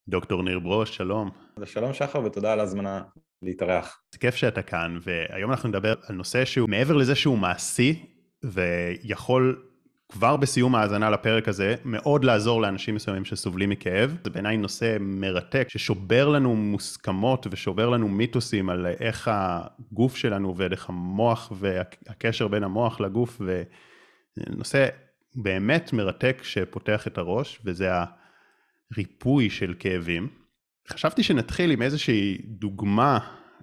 דוקטור ניר ברוש, שלום. שלום שחר ותודה על ההזמנה להתארח. זה כיף שאתה כאן, והיום אנחנו נדבר על נושא שהוא מעבר לזה שהוא מעשי, ויכול כבר בסיום ההאזנה לפרק הזה מאוד לעזור לאנשים מסוימים שסובלים מכאב. זה בעיניי נושא מרתק ששובר לנו מוסכמות ושובר לנו מיתוסים על איך הגוף שלנו עובד, איך המוח והקשר בין המוח לגוף, ונושא באמת מרתק שפותח את הראש, וזה הריפוי של כאבים. חשבתי שנתחיל עם איזושהי דוגמה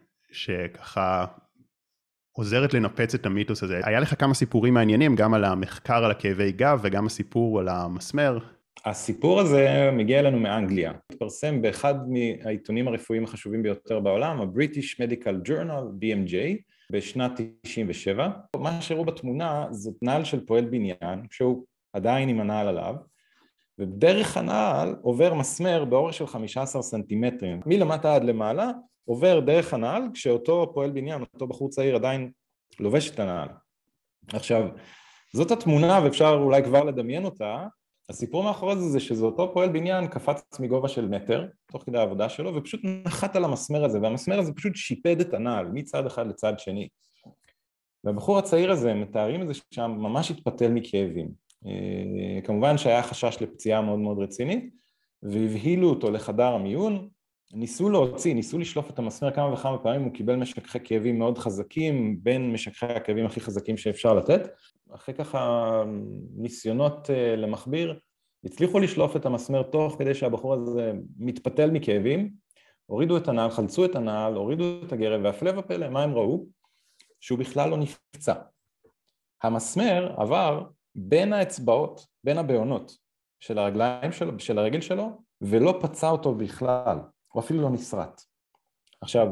שככה עוזרת לנפץ את המיתוס הזה. היה לך כמה סיפורים מעניינים, גם על המחקר על הכאבי גב וגם הסיפור על המסמר. הסיפור הזה מגיע אלינו מאנגליה. התפרסם באחד מהעיתונים הרפואיים החשובים ביותר בעולם, ה-British Medical Journal, BMJ, בשנת 97. מה שראו בתמונה זאת נעל של פועל בניין, שהוא עדיין עם הנעל עליו, ובדרך הנעל עובר מסמר באורך של 15 סנטימטרים. מלמטה עד למעלה עובר דרך הנעל, כשאותו פועל בניין, אותו בחור צעיר עדיין לובש את הנעל. עכשיו, זאת התמונה ואפשר אולי כבר לדמיין אותה. הסיפור מאחורי זה שזה אותו פועל בניין קפץ מגובה של מטר, תוך כדי העבודה שלו, ופשוט נחת על המסמר הזה, והמסמר הזה פשוט שיפד את הנעל מצד אחד לצד שני. והבחור הצעיר הזה, מתארים את זה שם, ממש התפתל מכאבים. כמובן שהיה חשש לפציעה מאוד מאוד רצינית, והבהילו אותו לחדר המיון, ניסו לשלוף את המסמר כמה וכמה פעמים, הוא קיבל משככי כאבים מאוד חזקים, בין משככי הכאבים הכי חזקים שאפשר לתת, אחרי ככה ניסיונות למכביר, הצליחו לשלוף את המסמר תוך כדי שהבחור הזה מתפתל מכאבים, הורידו את הנעל, חלצו את הנעל, הורידו את הגרב, והפלא ופלא, מה הם ראו? שהוא בכלל לא נפצע. המסמר עבר בין האצבעות, בין הבעונות של הרגליים שלו, של הרגל שלו, ולא פצע אותו בכלל, הוא אפילו לא נסרט. עכשיו,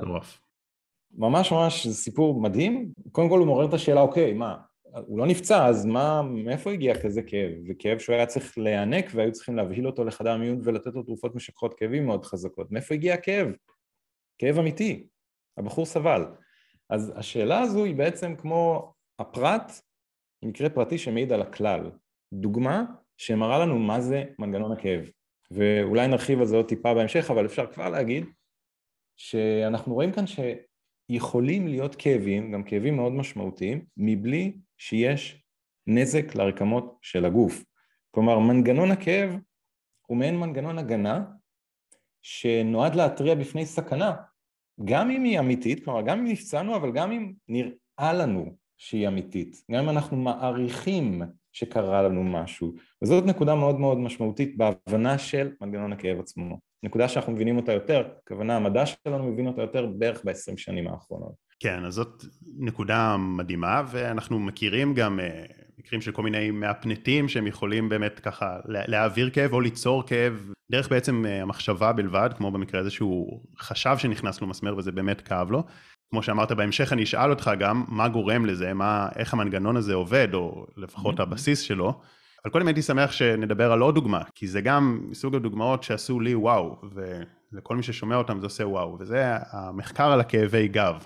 ממש זה סיפור מדהים. קודם כל הוא מעורר את השאלה, אוקיי, מה, הוא לא נפצע, אז מאיפה הגיע כזה כאב? וכאב שהוא היה צריך להיענק, והיו צריכים להבהיל אותו לחדר המיון ולתת לו תרופות משככות כאבים מאוד חזקות. מאיפה הגיע הכאב? כאב אמיתי. הבחור סבל. אז השאלה הזו היא בעצם כמו הפרט, מקרה פרטי שמעיד על הכלל. דוגמה שמראה לנו מה זה מנגנון הכאב. ואולי נרחיב על זה עוד טיפה בהמשך, אבל אפשר כבר להגיד שאנחנו רואים כאן שיכולים להיות כאבים, גם כאבים מאוד משמעותיים, מבלי שיש נזק לרקמות של הגוף. כלומר, מנגנון הכאב הוא מעין מנגנון הגנה, שנועד להתריע בפני סכנה, גם אם היא אמיתית, כלומר, גם אם נפצענו, אבל גם אם נראה לנו שהיא אמיתית, גם אם אנחנו מעריכים שקרה לנו משהו, וזאת נקודה מאוד מאוד משמעותית בהבנה של מנגנון הכאב עצמו. נקודה שאנחנו מבינים אותה יותר, כוונה המדע שלנו מבין אותה יותר בערך ב-20 שנים האחרונות. כן, אז זאת נקודה מדהימה, ואנחנו מכירים גם מקרים של כל מיני מהפנטים שהם יכולים באמת ככה להעביר כאב או ליצור כאב, דרך בעצם המחשבה בלבד, כמו במקרה הזה שהוא חשב שנכנס לו מסמר וזה באמת כאב לו. כמו שאמרת בהמשך, אני אשאל אותך גם מה גורם לזה, איך המנגנון הזה עובד, או לפחות הבסיס שלו. אבל קודם הייתי שמח שנדבר על עוד דוגמה, כי זה גם מסוג הדוגמאות שעשו לי וואו, ולכל מי ששומע אותם זה עושה וואו, וזה המחקר על הכאבי גב,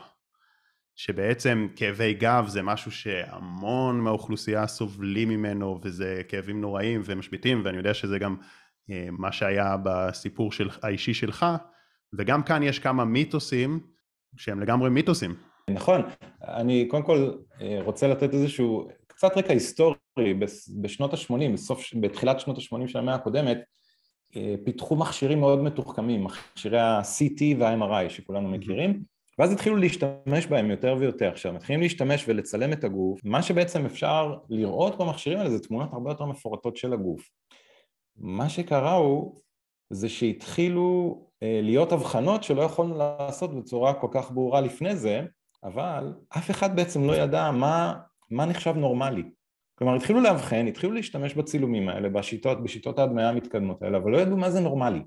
שבעצם כאבי גב זה משהו שהמון מהאוכלוסייה סובלים ממנו, וזה כאבים נוראים ומשביתים, ואני יודע שזה גם מה שהיה בסיפור האישי שלך, וגם כאן יש כמה מיתוסים, שהם לגמרי מיתוסים. נכון, אני קודם כל רוצה לתת איזשהו קצת רקע היסטורי. בשנות ה-80, בתחילת שנות ה-80 של המאה הקודמת, פיתחו מכשירים מאוד מתוחכמים, מכשירי ה-CT וה-MRI שכולנו מכירים, ואז התחילו להשתמש בהם יותר ויותר. עכשיו, מתחילים להשתמש ולצלם את הגוף, מה שבעצם אפשר לראות במכשירים האלה זה תמונות הרבה יותר מפורטות של הגוף. מה שקרה זה שהתחילו להיות הבחנות שלא יכולנו לעשות בצורה כל כך ברורה לפני זה, אבל אף אחד בעצם לא ידע מה נחשב נורמלי. כלומר, התחילו להבחן, התחילו להשתמש בצילומים האלה, בשיטות ההדמיה המתקדמות האלה, אבל לא ידעו מה זה נורמלי.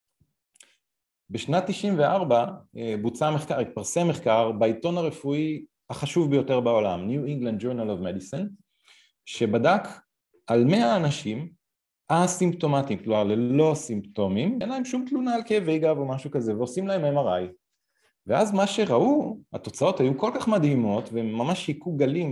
בשנת 94 בוצע מחקר, התפרסם מחקר בעיתון הרפואי החשוב ביותר בעולם, New England Journal of Medicine, שבדק על 100 אנשים, אסימפטומטיים, כלומר ללא סימפטומים, אין להם שום תלונה על כאבי גב או משהו כזה, ועושים להם MRI. ואז מה שראו, התוצאות היו כל כך מדהימות, וממש שיקו גלים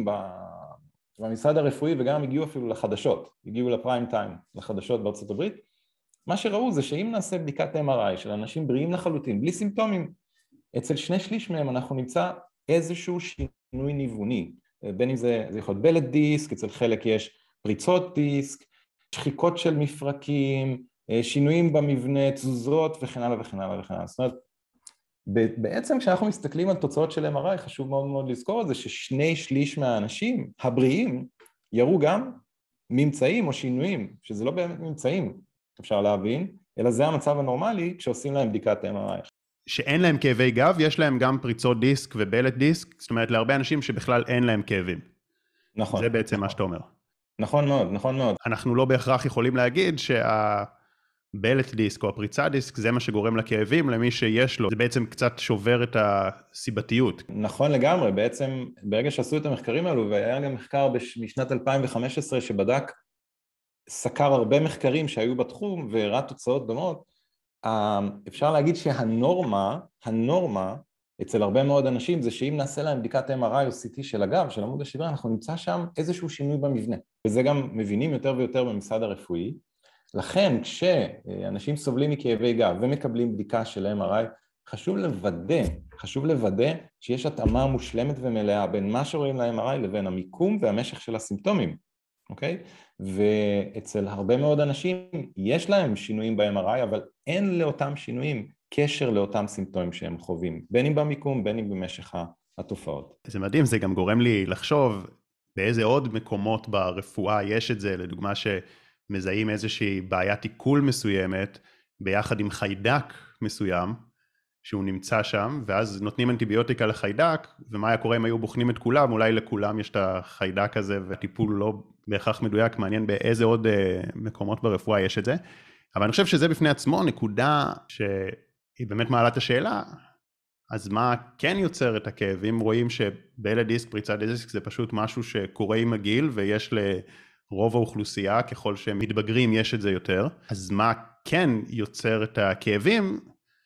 במשרד הרפואי, וגם הגיעו אפילו לחדשות, הגיעו לפריים טיים, לחדשות בארצות הברית, מה שראו זה שאם נעשה בדיקת MRI של אנשים בריאים לחלוטין, בלי סימפטומים, אצל 2/3 מהם אנחנו נמצא איזשהו שינוי ניווני, בין אם זה יכול להיות בלט דיסק, אצל חלק יש פריצות דיסק, שחיקות של מפרקים, שינויים במבנה, תזוזות וכן הלאה וכן הלאה וכן הלאה. זאת אומרת, בעצם כשאנחנו מסתכלים על תוצאות של MRI, חשוב מאוד מאוד לזכור את זה ש2/3 מהאנשים הבריאים יראו גם ממצאים או שינויים, שזה לא באמת ממצאים, אפשר להבין, אלא זה המצב הנורמלי כשעושים להם בדיקת MRI. שאין להם כאבי גב, יש להם גם פריצות דיסק ובלט דיסק, זאת אומרת להרבה אנשים שבכלל אין להם כאבים. נכון. זה בעצם מה שאתה אומר. נכון מאוד, נכון מאוד. אנחנו לא בהכרח יכולים להגיד שהבלט דיסק או הפריצה דיסק זה מה שגורם לכאבים למי שיש לו, זה בעצם קצת שובר את הסיבתיות. נכון לגמרי, בעצם ברגע שעשו את המחקרים האלו, והיה גם מחקר משנת 2015 שבדק, סקר הרבה מחקרים שהיו בתחום והראה תוצאות דומות, אפשר להגיד שהנורמה אצל הרבה מאוד אנשים זה שאם נעשה להם בדיקת MRI או CT של הגב, של עמוד השדרה, אנחנו נמצא שם איזשהו שינוי במבנה. וזה גם מבינים יותר ויותר בממסד הרפואי. לכן כשאנשים סובלים מכאבי גב ומקבלים בדיקה של MRI, חשוב לוודא שיש התאמה מושלמת ומלאה בין מה שרואים ל-MRI לבין המיקום והמשך של הסימפטומים. אוקיי? ואצל הרבה מאוד אנשים יש להם שינויים ב-MRI, אבל אין לאותם שינויים קשר לאותם סימפטומים שהם חווים, בין אם במיקום, בין אם במשך התופעות. זה מדהים, זה גם גורם לי לחשוב באיזה עוד מקומות ברפואה יש את זה, לדוגמה שמזהים איזושהי בעיית עיכול מסוימת, ביחד עם חיידק מסוים, שהוא נמצא שם, ואז נותנים אנטיביוטיקה לחיידק, ומה היה קורה אם היו בוחנים את כולם, אולי לכולם יש את החיידק הזה, והטיפול לא בהכרח מדויק, מעניין באיזה עוד מקומות ברפואה יש את זה, אבל אני חושב שזה בפני עצמו נקודה שהיא באמת מעלה את השאלה, אז מה כן יוצר את הכאב? אם רואים שבלט דיסק, פריצת דיסק, זה פשוט משהו שקורה עם הגיל, ויש לרוב האוכלוסייה, ככל שהם מתבגרים יש את זה יותר, אז מה כן יוצר את הכאבים?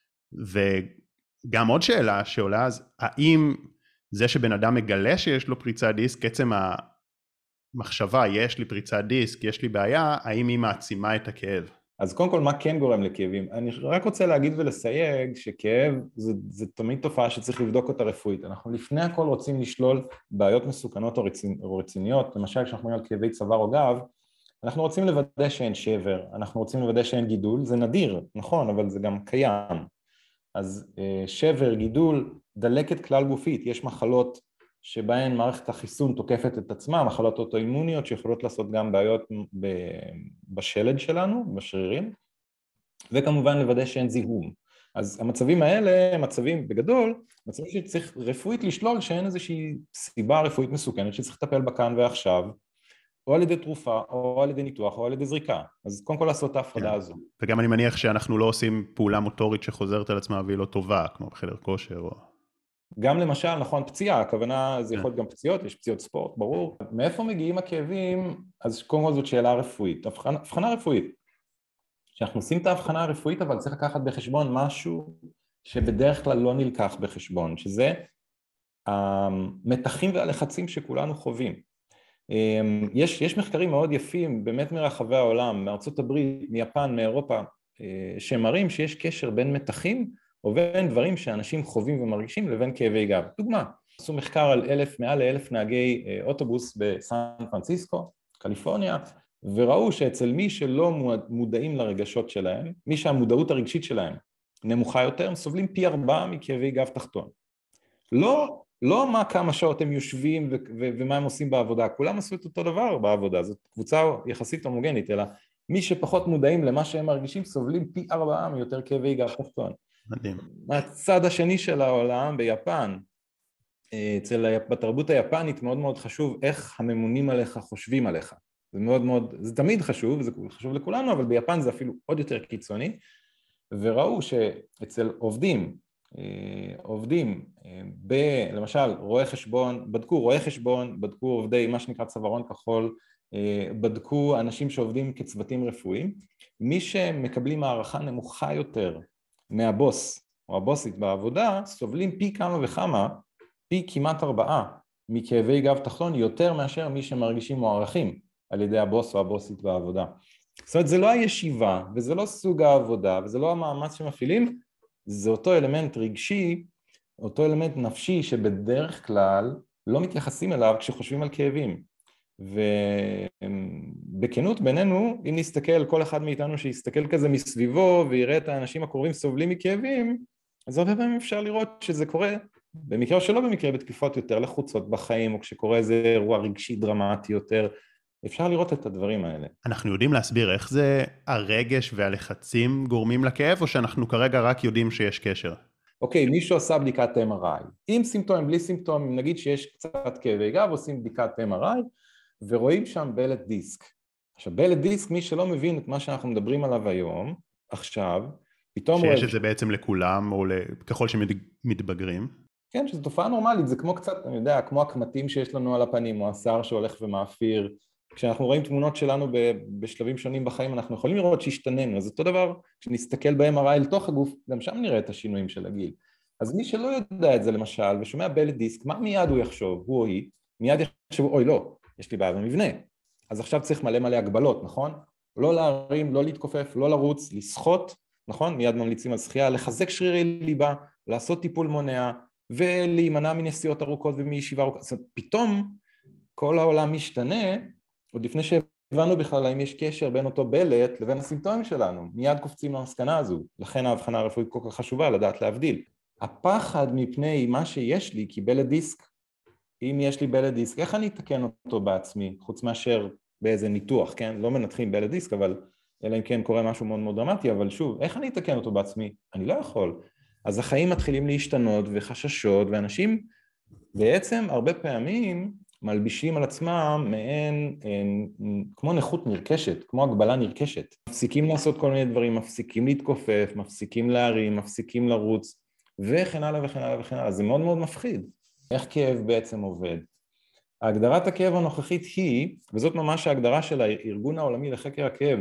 וגם עוד שאלה שעולה, אז האם זה שבן אדם מגלה שיש לו פריצת דיסק, עצם המחשבה, יש לי פריצת דיסק, יש לי בעיה, האם היא מעצימה את הכאב? אז קודם כל, מה כן גורם לכאבים? אני רק רוצה להגיד ולסייג שכאב זה תמיד תופעה שצריך לבדוק אותה רפואית. אנחנו לפני הכל רוצים לשלול בעיות מסוכנות או רציניות, למשל כשאנחנו מדברים על כאבי צוואר או גב, אנחנו רוצים לוודא שאין שבר, אנחנו רוצים לוודא שאין גידול, זה נדיר, נכון, אבל זה גם קיים. אז שבר, גידול, דלקת כלל גופית, יש מחלות שבהן מערכת החיסון תוקפת את עצמה, מחלות אוטואימוניות שיכולות לעשות גם בעיות בשלד שלנו, בשרירים, וכמובן לוודא שאין זיהום. אז המצבים האלה, מצבים בגדול, מצבים שצריך רפואית לשלול שאין איזושהי סיבה רפואית מסוכנת שצריך לטפל בה כאן ועכשיו, או על ידי תרופה, או על ידי ניתוח, או על ידי זריקה. אז קודם כל לעשות את ההפרדה הזו. וגם אני מניח שאנחנו לא עושים פעולה מוטורית שחוזרת על עצמה והיא לא טובה, כמו בחדר כושר או... גם למשל, נכון, פציעה, הכוונה זה יכול להיות גם פציעות, יש פציעות ספורט, ברור. מאיפה מגיעים הכאבים? אז קודם כל זאת שאלה רפואית, הבחנה רפואית. כשאנחנו עושים את ההבחנה הרפואית, אבל צריך לקחת בחשבון משהו שבדרך כלל לא נלקח בחשבון, שזה המתחים והלחצים שכולנו חווים. יש מחקרים מאוד יפים, באמת מרחבי העולם, מארצות הברית, מיפן, מאירופה, שמראים שיש קשר בין מתחים, או בין דברים שאנשים חווים ומרגישים לבין כאבי גב. דוגמה, עשו מחקר על מעל 1,000 נהגי אוטובוס בסן פרנסיסקו, קליפורניה, וראו שאצל מי שלא מודעים לרגשות שלהם, מי שהמודעות הרגשית שלהם נמוכה יותר, הם סובלים פי 4 מכאבי גב תחתון. לא מה כמה שעות הם יושבים ומה הם עושים בעבודה, כולם עשו את אותו דבר בעבודה, זאת קבוצה יחסית הומוגנית, אלא מי שפחות מודעים למה שהם מרגישים סובלים פי 4 מיותר כאבי גב תחתון. מדהים. מהצד השני של העולם, ביפן, בתרבות היפנית מאוד מאוד חשוב איך הממונים עליך חושבים עליך. זה מאוד מאוד, זה תמיד חשוב, זה חשוב לכולנו, אבל ביפן זה אפילו עוד יותר קיצוני, וראו שאצל עובדים, למשל רואי חשבון, בדקו עובדי מה שנקרא צווארון כחול, בדקו אנשים שעובדים כצוותים רפואיים, מי שמקבלים הערכה נמוכה יותר מהבוס או הבוסית בעבודה, סובלים פי כמה וכמה, פי כמעט 4 מכאבי גב תחתון, יותר מאשר מי שמרגישים מוערכים על ידי הבוס או הבוסית בעבודה. זאת אומרת, זה לא הישיבה, וזה לא סוג העבודה, וזה לא המאמץ שמפעילים, זה אותו אלמנט רגשי, אותו אלמנט נפשי שבדרך כלל לא מתייחסים אליו כשחושבים על כאבים. ובכנות בינינו, אם נסתכל, כל אחד מאיתנו שיסתכל כזה מסביבו ויראה את האנשים הקרובים סובלים מכאבים, אז הרבה פעמים אפשר לראות שזה קורה, במקרה או שלא במקרה, בתקיפות יותר לחוצות בחיים, או כשקורה איזה אירוע רגשי דרמטי יותר, אפשר לראות את הדברים האלה. אנחנו יודעים להסביר איך זה הרגש והלחצים גורמים לכאב, או שאנחנו כרגע רק יודעים שיש קשר? אוקיי, מישהו עשה בדיקת MRI, עם סימפטומים, בלי סימפטומים, נגיד שיש קצת כאבי גב, עושים בדיקת MRI, ורואים שם בלט דיסק. עכשיו, בלט דיסק, מי שלא מבין את מה שאנחנו מדברים עליו היום, עכשיו, פתאום שיש את זה בעצם לכולם, או ככל שמתבגרים. כן, שזו תופעה נורמלית, זה כמו קצת, אני יודע, כמו הקמטים שיש לנו על הפנים, או השיער שהולך ומאפיר. כשאנחנו רואים תמונות שלנו בשלבים שונים בחיים, אנחנו יכולים לראות שהשתננו, אז אותו דבר, כשנסתכל ב-MRI לתוך הגוף, גם שם נראה את השינויים של הגיל. אז מי שלא יודע את זה למשל, ושומע בלט דיסק, מה מיד הוא יחשוב, הוא או היא, מיד יחשוב, אוי לא, יש לי בעיה במבנה. אז עכשיו צריך מלא מלא הגבלות, נכון? לא להרים, לא להתכופף, לא לרוץ, לשחות, נכון? מיד ממליצים על שחייה, לחזק שרירי ליבה, לעשות טיפול מונע, ולהימנע מנסיעות ארוכות ומישיבה ארוכות. זאת אומרת, פתאום כל העולם משתנה, עוד לפני שהבנו בכלל האם יש קשר בין אותו בלט לבין הסימפטומים שלנו. מיד קופצים למסקנה הזו. לכן ההבחנה הרפואית כל כך חשובה, לדעת להבדיל. הפחד מפני מה שיש לי, כי בלט דיסק, אם יש לי בלט דיסק, איך אני אתקן אותו בעצמי, חוץ מאשר באיזה ניתוח, כן? לא מנתחים בלט דיסק, אבל אלא אם כן קורה משהו מאוד מאוד דרמטי, אבל שוב, איך אני אתקן אותו בעצמי? אני לא יכול. אז החיים מתחילים להשתנות וחששות, ואנשים בעצם הרבה פעמים מלבישים על עצמם מעין, כמו נכות נרכשת, כמו הגבלה נרכשת. מפסיקים לעשות כל מיני דברים, מפסיקים להתכופף, מפסיקים להרים, מפסיקים לרוץ, וכן הלאה וכן הלאה וכן הלאה. זה מאוד מאוד מפחיד. איך כאב בעצם עובד? הגדרת הכאב הנוכחית היא, וזאת ממש ההגדרה של הארגון העולמי לחקר הכאב,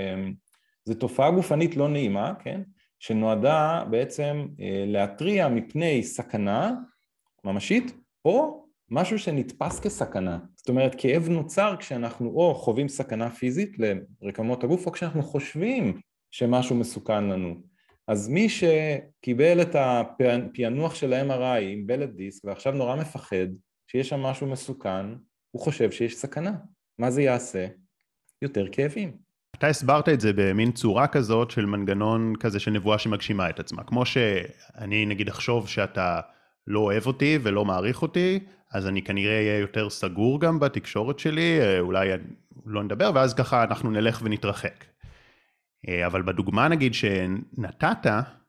זה תופעה גופנית לא נעימה, כן? שנועדה בעצם להתריע מפני סכנה ממשית, או משהו שנתפס כסכנה. זאת אומרת, כאב נוצר כשאנחנו או חווים סכנה פיזית לרקמות הגוף, או כשאנחנו חושבים שמשהו מסוכן לנו. אז מי שקיבל את הפענוח של ה-MRI עם בלט דיסק, ועכשיו נורא מפחד שיש שם משהו מסוכן, הוא חושב שיש סכנה. מה זה יעשה? יותר כאבים. אתה הסברת את זה במין צורה כזאת של מנגנון כזה של נבואה שמגשימה את עצמה. כמו שאני נגיד אחשוב שאתה לא אוהב אותי ולא מעריך אותי, אז אני כנראה אהיה יותר סגור גם בתקשורת שלי, אולי לא נדבר, ואז ככה אנחנו נלך ונתרחק. אבל בדוגמה נגיד שנתת,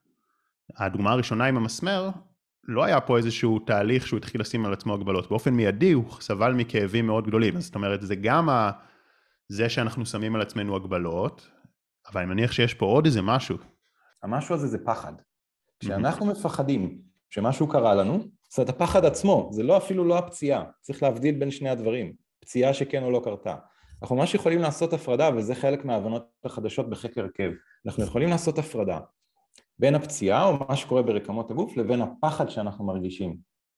הדוגמה הראשונה עם המסמר, לא היה פה איזשהו תהליך שהוא התחיל לשים על עצמו הגבלות. באופן מיידי הוא סבל מכאבים מאוד גדולים. אז זאת אומרת, זה גם זה שאנחנו שמים על עצמנו הגבלות, אבל אני מניח שיש פה עוד איזה משהו. המשהו הזה זה פחד. כשאנחנו מפחדים שמשהו קרה לנו, זאת אומרת, הפחד עצמו, זה לא אפילו לא הפציעה. צריך להבדיל בין שני הדברים. פציעה שכן או לא קרתה. אנחנו ממש יכולים לעשות הפרדה, וזה חלק מההבנות החדשות בחקר הכאב. אנחנו יכולים לעשות הפרדה בין הפציעה, או מה שקורה ברקמות הגוף, לבין הפחד שאנחנו מרגישים,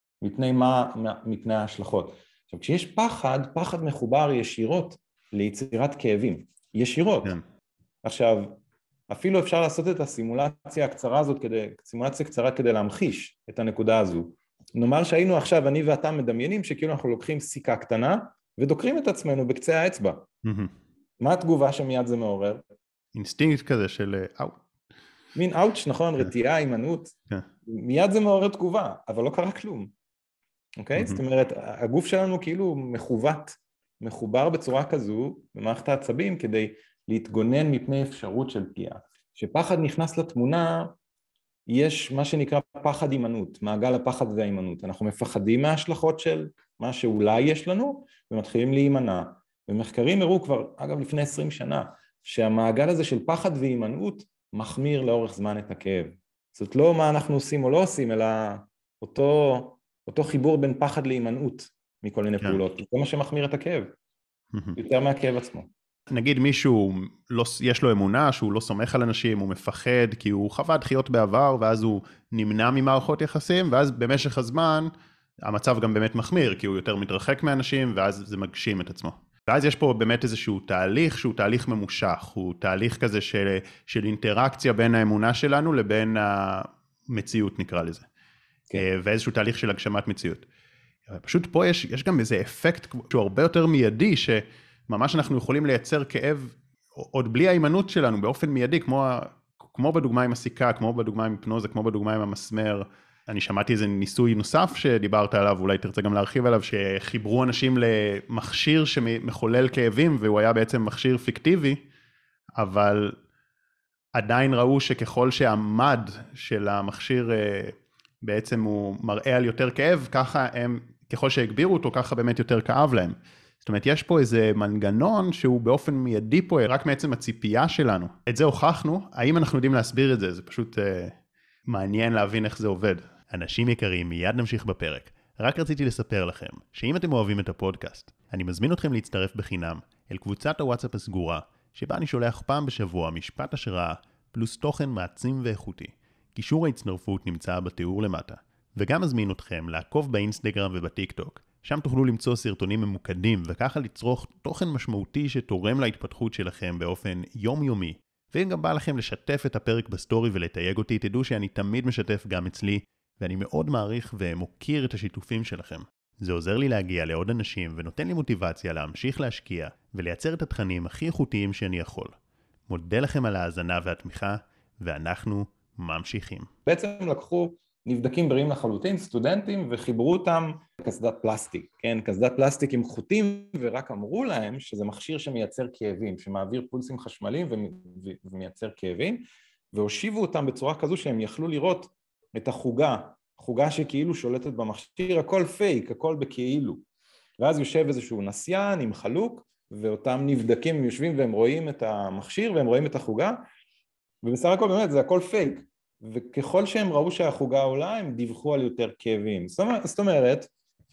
מפני ההשלכות. עכשיו, כשיש פחד, פחד מחובר ישירות ליצירת כאבים. ישירות. כן. עכשיו, אפילו אפשר לעשות את הסימולציה הקצרה הזאת, סימולציה קצרה כדי להמחיש את הנקודה הזו. נאמר שהיינו עכשיו, אני ואתה מדמיינים, שכאילו אנחנו לוקחים סיכה קטנה, ודוקרים את עצמנו בקצה האצבע. מה התגובה שמיד זה מעורר? אינסטינקט כזה של אאו. מין אאוץ', נכון, רתיעה, הימנעות. מיד זה מעורר תגובה, אבל לא קרה כלום. אוקיי? זאת אומרת, הגוף שלנו כאילו מחובר בצורה כזו, במערכת העצבים, כדי להתגונן מפני אפשרות של פגיעה. כשפחד נכנס לתמונה, יש מה שנקרא פחד הימנעות, מעגל הפחד וההימנעות. אנחנו מפחדים מההשלכות של מה שאולי יש לנו, ומתחילים להימנע. ומחקרים הראו כבר, אגב, לפני 20 שנה, שהמעגל הזה של פחד והימנעות מחמיר לאורך זמן את הכאב. זאת לא מה אנחנו עושים או לא עושים, אלא אותו חיבור בין פחד להימנעות מכל מיני פעולות. זה מה שמחמיר את הכאב, יותר מהכאב עצמו. נגיד מישהו, יש לו אמונה שהוא לא סומך על אנשים, הוא מפחד כי הוא חווה דחיות בעבר, ואז הוא נמנע ממערכות יחסים, ואז במשך הזמן המצב גם באמת מחמיר, כי הוא יותר מתרחק מאנשים, ואז זה מגשים את עצמו. ואז יש פה באמת איזשהו תהליך שהוא תהליך ממושך, הוא תהליך כזה של אינטראקציה בין האמונה שלנו לבין המציאות נקרא לזה. כן. ואיזשהו תהליך של הגשמת מציאות. פשוט פה יש גם איזה אפקט שהוא הרבה יותר מיידי, שממש אנחנו יכולים לייצר כאב, עוד בלי האימנות שלנו, באופן מיידי, כמו בדוגמה עם הסיכה, כמו בדוגמה עם היפנוזה, כמו בדוגמה עם המסמר. אני שמעתי איזה ניסוי נוסף שדיברת עליו, אולי תרצה גם להרחיב עליו, שחיברו אנשים למכשיר שמחולל כאבים, והוא היה בעצם מכשיר פיקטיבי, אבל עדיין ראו שככל שהמד של המכשיר בעצם הוא מראה על יותר כאב, ככה הם, ככל שהגבירו אותו, ככה באמת יותר כאב להם. זאת אומרת, יש פה איזה מנגנון שהוא באופן מיידי פה, רק מעצם הציפייה שלנו. את זה הוכחנו, האם אנחנו יודעים להסביר את זה? זה פשוט מעניין להבין איך זה עובד. אנשים יקרים, מיד נמשיך בפרק. רק רציתי לספר לכם, שאם אתם אוהבים את הפודקאסט, אני מזמין אתכם להצטרף בחינם אל קבוצת הוואטסאפ הסגורה, שבה אני שולח פעם בשבוע משפט השראה, פלוס תוכן מעצים ואיכותי. קישור ההצטרפות נמצא בתיאור למטה. וגם מזמין אתכם לעקוב באינסטגרם ובטיק טוק. שם תוכלו למצוא סרטונים ממוקדים וככה לצרוך תוכן משמעותי שתורם להתפתחות שלכם באופן יומיומי. ואם גם בא לכם לשתף את הפרק בסטורי ולתייג אותי, תדעו שאני תמיד משתף גם אצלי, ואני מאוד מעריך ומוקיר את השיתופים שלכם. זה עוזר לי להגיע לעוד אנשים ונותן לי מוטיבציה להמשיך להשקיע ולייצר את התכנים הכי איכותיים שאני יכול. מודה לכם על ההאזנה והתמיכה, ואנחנו ממשיכים. בעצם לקחו נבדקים בריאים לחלוטין, סטודנטים, וחיברו אותם לקסדת פלסטיק, כן? קסדת פלסטיק עם חוטים, ורק אמרו להם שזה מכשיר שמייצר כאבים, שמעביר פולסים חשמליים ומייצר כאבים, והושיבו אותם בצורה כזו שהם יכלו לראות את החוגה שכאילו שולטת במכשיר, הכל פייק, הכל בכאילו. ואז יושב איזשהו נסיין עם חלוק, ואותם נבדקים יושבים והם רואים את המכשיר והם רואים את החוגה, ובסך הכל באמת זה הכל פייק. וככל שהם ראו שהחוגה עולה, הם דיווחו על יותר כאבים. זאת אומרת,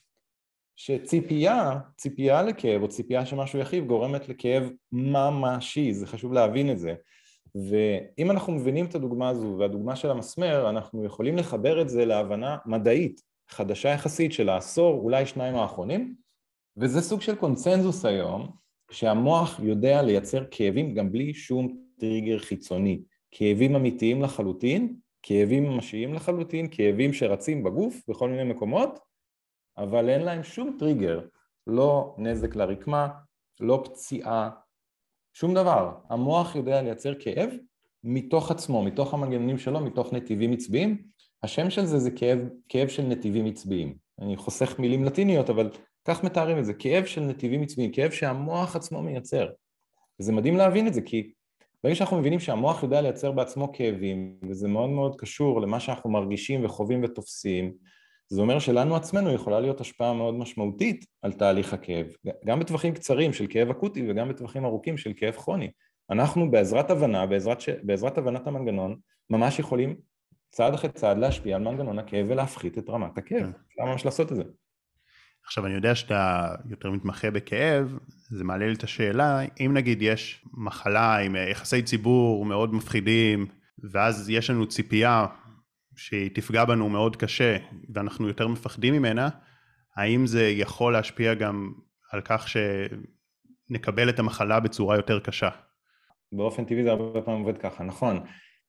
ציפייה לכאב, או ציפייה שמשהו יחיב, גורמת לכאב ממשי, זה חשוב להבין את זה. ואם אנחנו מבינים את הדוגמה הזו, והדוגמה של המסמר, אנחנו יכולים לחבר את זה להבנה מדעית, חדשה יחסית של העשור, אולי 2 האחרונים, וזה סוג של קונצנזוס היום, שהמוח יודע לייצר כאבים גם בלי שום טריגר חיצוני. כאבים אמיתיים לחלוטין, כאבים ממשיים לחלוטין, כאבים שרצים בגוף בכל מיני מקומות, אבל אין להם שום טריגר, לא נזק לרקמה, לא פציעה, שום דבר. המוח יודע לייצר כאב מתוך עצמו, מתוך המנגנונים שלו, מתוך נתיבים עצביים. השם של זה כאב של נתיבים עצביים. אני חוסך מילים לטיניות, אבל כך מתארים את זה, כאב של נתיבים עצביים, כאב שהמוח עצמו מייצר. וזה מדהים להבין את זה, כי ברגע שאנחנו מבינים שהמוח יודע לייצר בעצמו כאבים, וזה מאוד מאוד קשור למה שאנחנו מרגישים וחווים ותופסים, זה אומר שלנו עצמנו יכולה להיות השפעה מאוד משמעותית על תהליך הכאב, גם בטווחים קצרים של כאב אקוטי וגם בטווחים ארוכים של כאב כרוני. אנחנו בעזרת הבנה, בעזרת הבנת המנגנון, ממש יכולים צעד אחרי צעד להשפיע על מנגנון הכאב ולהפחית את רמת הכאב. אפשר ממש לעשות את זה. עכשיו אני יודע שאתה יותר מתמחה בכאב, זה מעלה לי את השאלה, אם נגיד יש מחלה עם יחסי ציבור מאוד מפחידים, ואז יש לנו ציפייה שהיא תפגע בנו מאוד קשה, ואנחנו יותר מפחדים ממנה, האם זה יכול להשפיע גם על כך שנקבל את המחלה בצורה יותר קשה? באופן טבעי זה הרבה פעמים עובד ככה, נכון.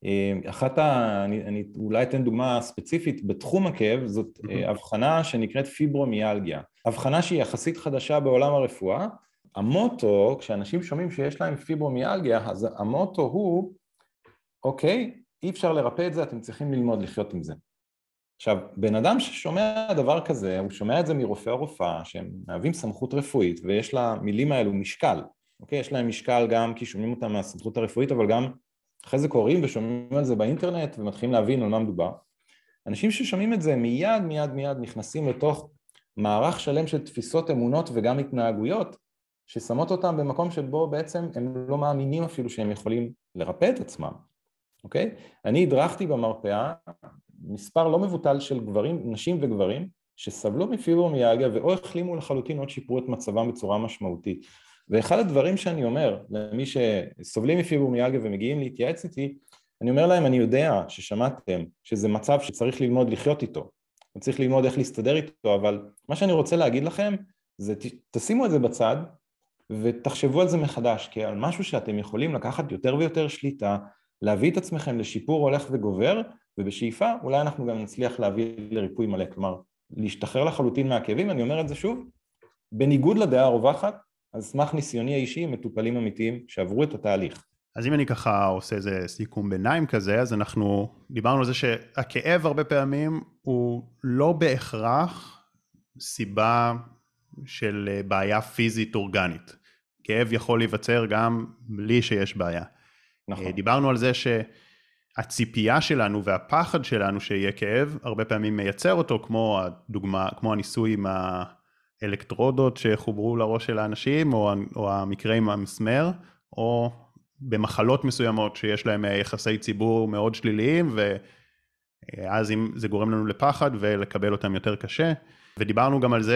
אני אולי אתן דוגמה ספציפית בתחום הכאב, זאת הבחנה שנקראת פיברומיאלגיה. הבחנה שהיא יחסית חדשה בעולם הרפואה. המוטו, כשאנשים שומעים שיש להם פיברומיאלגיה, אז המוטו הוא, אוקיי, אי אפשר לרפא את זה, אתם צריכים ללמוד לחיות עם זה. עכשיו, בן אדם ששומע דבר כזה, הוא שומע את זה מרופא או רופאה, שהם מהווים סמכות רפואית, ויש למילים האלו משקל. אוקיי, יש להם משקל גם כי שומעים אותם מהסמכות הרפואית, אבל גם אחרי זה קוראים ושומעים על זה באינטרנט ומתחילים להבין על מה מדובר. אנשים ששומעים את זה מיד נכנסים לתוך מערך שלם של תפיסות אמונות וגם התנהגויות, ששמות אותם במקום שבו בעצם הם לא מאמינים אפילו שהם יכולים לרפא את עצמם. אוקיי? אני הדרכתי במרפאה מספר לא מבוטל של גברים, נשים וגברים, שסבלו מפיברומיאלגיה ואו החלימו לחלוטין או שיפרו את מצבם בצורה משמעותית. ואחד הדברים שאני אומר למי שסובלים מפיברומיאלגיה ומגיעים להתייעץ איתי, אני אומר להם, אני יודע ששמעתם שזה מצב שצריך ללמוד לחיות איתו, צריך ללמוד איך להסתדר איתו, אבל מה שאני רוצה להגיד לכם זה תשימו את זה בצד ותחשבו על זה מחדש, כי על משהו שאתם יכולים לקחת יותר ויותר שליטה, להביא את עצמכם לשיפור הולך וגובר, ובשאיפה אולי אנחנו גם נצליח להביא לריפוי מלא, כלומר, להשתחרר לחלוטין מהכאבים, אני אומר את זה שוב, בניגוד לדעה הרווחת, על סמך ניסיוני האישי, מטופלים אמיתיים שעברו את התהליך. אז אם אני ככה עושה איזה סיכום ביניים כזה, אז אנחנו דיברנו על זה שהכאב הרבה פעמים הוא לא בהכרח סיבה של בעיה פיזית אורגנית. כאב יכול להיווצר גם בלי שיש בעיה. נכון. דיברנו על זה שהציפייה שלנו והפחד שלנו שיהיה כאב, הרבה פעמים מייצר אותו, כמו הדוגמה, כמו הניסוי עם האלקטרודות שחוברו לראש של האנשים, או המקרה עם המסמר, או במחלות מסוימות שיש להם יחסי ציבור מאוד שליליים, ואז אם זה גורם לנו לפחד ולקבל אותם יותר קשה. ודיברנו גם על זה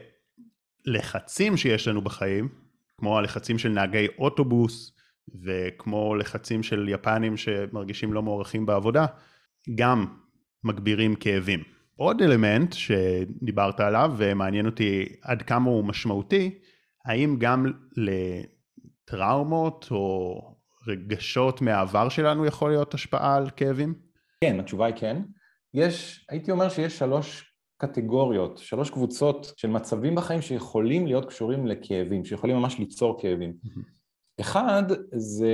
שלחצים שיש לנו בחיים, כמו הלחצים של נהגי אוטובוס, וכמו לחצים של יפנים שמרגישים לא מוערכים בעבודה, גם מגבירים כאבים. עוד אלמנט שדיברת עליו, ומעניין אותי עד כמה הוא משמעותי, האם גם לטראומות או רגשות מהעבר שלנו יכול להיות השפעה על כאבים? כן, התשובה היא כן. הייתי אומר שיש 3 קטגוריות, 3 קבוצות של מצבים בחיים שיכולים להיות קשורים לכאבים, שיכולים ממש ליצור כאבים. אחד, זה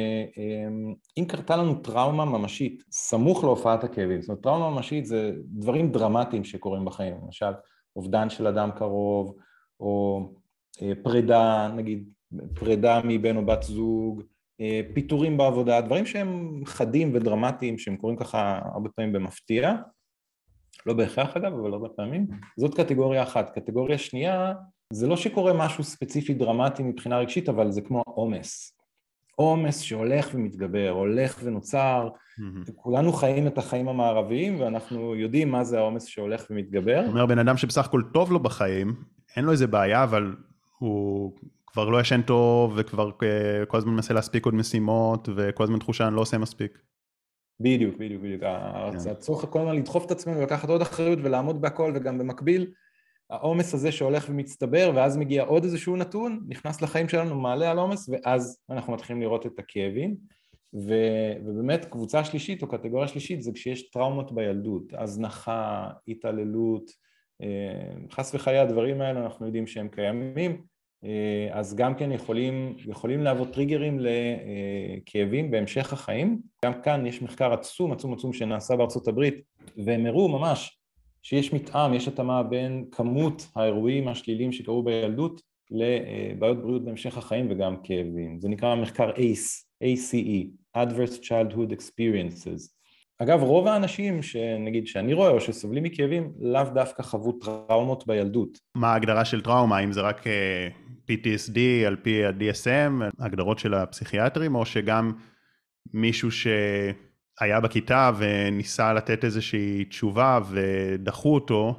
אם קרתה לנו טראומה ממשית, סמוך להופעת הכאבים. זאת אומרת, טראומה ממשית זה דברים דרמטיים שקורים בחיים, למשל, אובדן של אדם קרוב, או פרידה, נגיד, פרידה מבן או בת זוג, פיטורים בעבודה, דברים שהם חדים ודרמטיים, שהם קורים ככה הרבה פעמים במפתיע, לא בהכרח אגב, אבל הרבה פעמים. זאת קטגוריה אחת. קטגוריה שנייה, זה לא שקורה משהו ספציפי דרמטי מבחינה רגשית, אבל זה כמו עומס. עומס שהולך ומתגבר, הולך ונוצר. כולנו חיים את החיים המערביים, ואנחנו יודעים מה זה העומס שהולך ומתגבר. זאת אומרת, בן אדם שבסך הכל טוב לו בחיים, אין לו איזה בעיה, אבל הוא כבר לא ישן טוב, וכבר כל הזמן מנסה להספיק עוד משימות, וכל הזמן תחושה אני לא עושה מספיק. בדיוק. הצורך כל הזמן לדחוף את עצמנו, לקחת עוד אחריות ולעמוד בהכל, וגם במקביל, העומס הזה שהולך ומצטבר, ואז מגיע עוד איזשהו נתון, נכנס לחיים שלנו, מעלה על עומס, ואז אנחנו מתחילים לראות את הכאבים, ובאמת קבוצה שלישית או קטגוריה שלישית, זה כשיש טראומות בילדות, הזנחה, התעללות, חס וחיי הדברים האלה, אנחנו יודעים שהם קיימים, אז גם כן יכולים להוות טריגרים לכאבים בהמשך החיים. גם כאן יש מחקר עצום שנעשה בארצות הברית, והם הראו ממש שיש מתאם, יש התאמה בין כמות האירועים השליליים שקרו בילדות לבעיות בריאות בהמשך החיים וגם כאבים. זה נקרא מחקר ACE, Adverse Childhood Experiences. אגב, רוב האנשים שנגיד שאני רואה או שסובלים מכאבים, לאו דווקא חוו טראומות בילדות. מה ההגדרה של טראומה? האם זה רק PTSD על פי ה-DSM, הגדרות של הפסיכיאטרים, או שגם מישהו שהיה בכיתה וניסה לתת איזושהי תשובה ודחו אותו,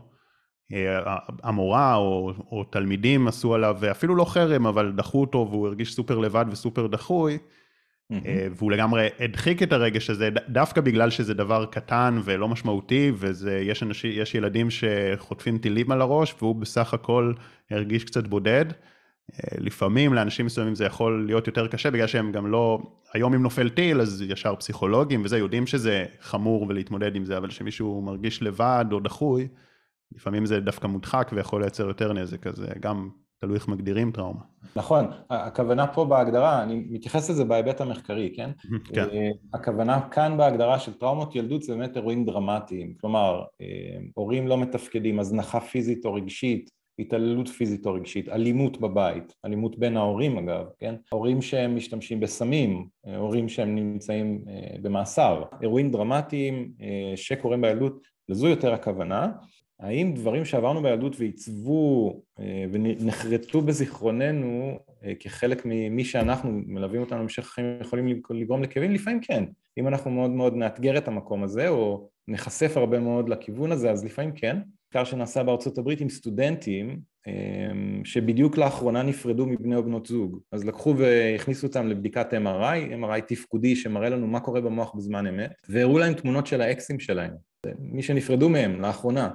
המורה או תלמידים עשו עליו, ואפילו לא חרם, אבל דחו אותו והוא הרגיש סופר לבד וסופר דחוי, והוא לגמרי הדחיק את הרגש הזה, דווקא בגלל שזה דבר קטן ולא משמעותי, ויש ילדים שחוטפים טילים על הראש, והוא בסך הכל הרגיש קצת בודד. לפעמים לאנשים מסוימים זה יכול להיות יותר קשה, בגלל שהם גם לא, היום אם נופל טיל, אז ישר פסיכולוגים, וזה יודעים שזה חמור ולהתמודד עם זה, אבל שמישהו מרגיש לבד או דחוי, לפעמים זה דווקא מודחק ויכול לייצר יותר נזק, אז גם תלוי איך מגדירים טראומה. נכון, הכוונה פה בהגדרה, אני מתייחס לזה בהיבט המחקרי, כן? כן. הכוונה כאן בהגדרה של טראומות ילדות זה באמת אירועים דרמטיים, כלומר, הורים לא מתפקדים, הזנחה פיזית או רגשית, התעללות פיזית או רגשית, אלימות בבית, אלימות בין ההורים אגב, כן? הורים שהם משתמשים בסמים, הורים שהם נמצאים במאסר, אירועים דרמטיים שקורים בילדות, לזו יותר הכוונה. האם דברים שעברנו בילדות ועיצבו ונחרטו בזיכרוננו כחלק ממי שאנחנו מלווים אותנו במשך החיים יכולים לגרום לכאבים? לפעמים כן. אם אנחנו מאוד מאוד נאתגר את המקום הזה או נחשף הרבה מאוד לכיוון הזה, אז לפעמים כן. מחקר שנעשה בארצות הברית עם סטודנטים שבדיוק לאחרונה נפרדו מבני או בנות זוג. אז לקחו והכניסו אותם לבדיקת MRI תפקודי שמראה לנו מה קורה במוח בזמן אמת, והראו להם תמונות של האקסים שלהם, מי שנפרדו מהם לאחרונה.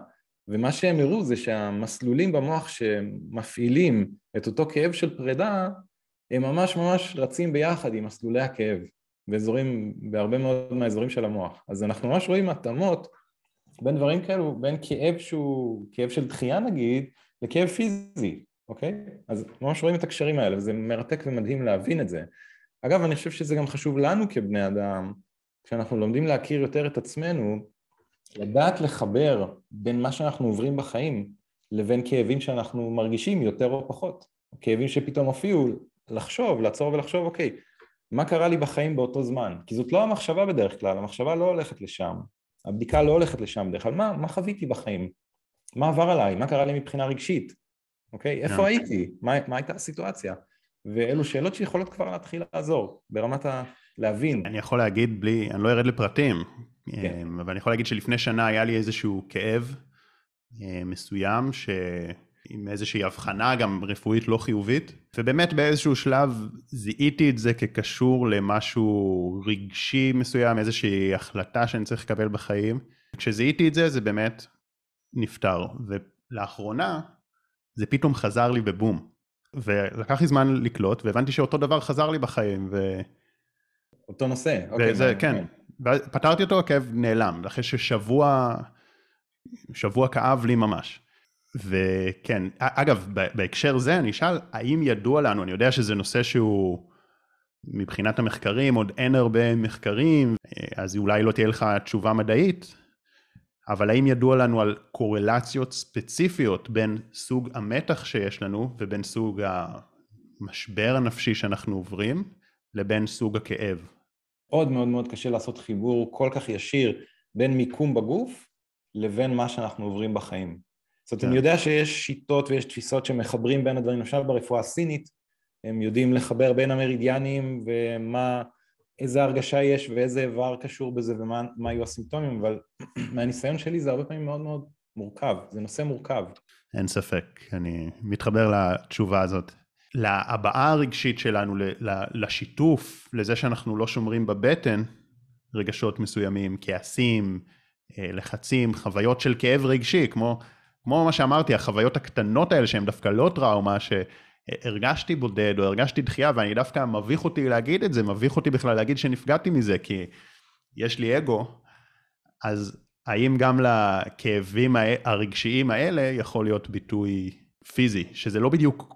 ומה שהם הראו זה שהמסלולים במוח שמפעילים את אותו כאב של פרידה, הם ממש ממש רצים ביחד עם מסלולי הכאב, בהרבה מאוד מהאזורים של המוח. אז אנחנו ממש רואים התאמות בין דברים כאלו, בין כאב שהוא כאב של דחייה נגיד, לכאב פיזי, אוקיי? אז ממש רואים את הקשרים האלה, וזה מרתק ומדהים להבין את זה. אגב, אני חושב שזה גם חשוב לנו כבני אדם, כשאנחנו לומדים להכיר יותר את עצמנו, לדעת לחבר בין מה שאנחנו עוברים בחיים, לבין כאבים שאנחנו מרגישים יותר או פחות. כאבים שפתאום הופיעו, לחשוב, לעצור ולחשוב, אוקיי, מה קרה לי בחיים באותו זמן? כי זאת לא המחשבה בדרך כלל, המחשבה לא הולכת לשם, הבדיקה לא הולכת לשם בדרך כלל, מה חוויתי בחיים? מה עבר עליי? מה קרה לי מבחינה רגשית? אוקיי? איפה הייתי? מה הייתה הסיטואציה? ואלו שאלות שיכולות כבר להתחיל לעזור, ברמת להבין. אני יכול להגיד אני לא ארד לפרטים, אבל אני יכול להגיד שלפני שנה היה לי איזשהו כאב מסוים, עם איזושהי הבחנה גם רפואית לא חיובית, ובאמת באיזשהו שלב זיהיתי את זה כקשור למשהו רגשי מסוים, איזושהי החלטה שאני צריך לקבל בחיים. כשזיהיתי את זה, זה באמת נפטר, ולאחרונה זה פתאום חזר לי בבום, ולקח לי זמן לקלוט, והבנתי שאותו דבר חזר לי בחיים, אותו נושא. וזה, כן, פתרתי אותו, הכאב נעלם, אחרי שבוע כאב לי ממש. וכן, אגב, בהקשר זה אני אשאל, האם ידוע לנו, אני יודע שזה נושא שהוא מבחינת המחקרים, עוד אין הרבה מחקרים, אז אולי לא תהיה לך תשובה מדעית, אבל האם ידוע לנו על קורלציות ספציפיות בין סוג המתח שיש לנו, ובין סוג המשבר הנפשי שאנחנו עוברים, לבין סוג הכאב? מאוד מאוד מאוד קשה לעשות חיבור כל כך ישיר בין מיקום בגוף, לבין מה שאנחנו עוברים בחיים. זאת אומרת, אני יודע שיש שיטות ויש תפיסות שמחברים בין הדברים, למשל ברפואה הסינית, הם יודעים לחבר בין המרידיאנים איזה הרגשה יש ואיזה איבר קשור בזה ומה יהיו הסימפטומים, אבל מהניסיון שלי זה הרבה פעמים מאוד מאוד מורכב, זה נושא מורכב. אין ספק, אני מתחבר לתשובה הזאת. להבעה הרגשית שלנו, לשיתוף, לזה שאנחנו לא שומרים בבטן, רגשות מסוימים, כעסים, לחצים, חוויות של כאב רגשי, כמו מה שאמרתי, החוויות הקטנות האלה שהן דווקא לא טראומה, שהרגשתי בודד או הרגשתי דחייה, ואני דווקא מביך אותי להגיד את זה, מביך אותי בכלל להגיד שנפגעתי מזה, כי יש לי אגו, אז האם גם לכאבים הרגשיים האלה יכול להיות ביטוי פיזי, שזה לא בדיוק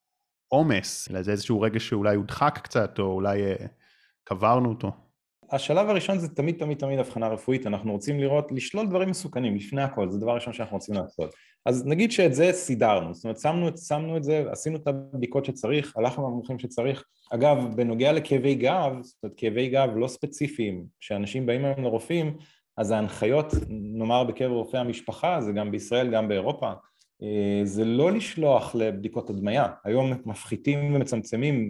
עומס, אלא זה איזשהו רגש שאולי הודחק קצת, או אולי קברנו אותו. השלב הראשון זה תמיד הבחנה רפואית, אנחנו רוצים לשלול דברים מסוכנים, לפני הכל, זה דבר ראשון שאנחנו רוצים לעשות. אז נגיד שאת זה סידרנו, זאת אומרת, שמנו את זה, עשינו את הבדיקות שצריך, הלכנו למומחים שצריך. אגב, בנוגע לכאבי גב, זאת אומרת, כאבי גב לא ספציפיים, שאנשים באים היום לרופאים, אז ההנחיות, נאמר בקרב רופאי המשפחה, זה גם בישראל, גם באירופה, זה לא לשלוח לבדיקות הדמיה. היום מפחיתים ומצמצמים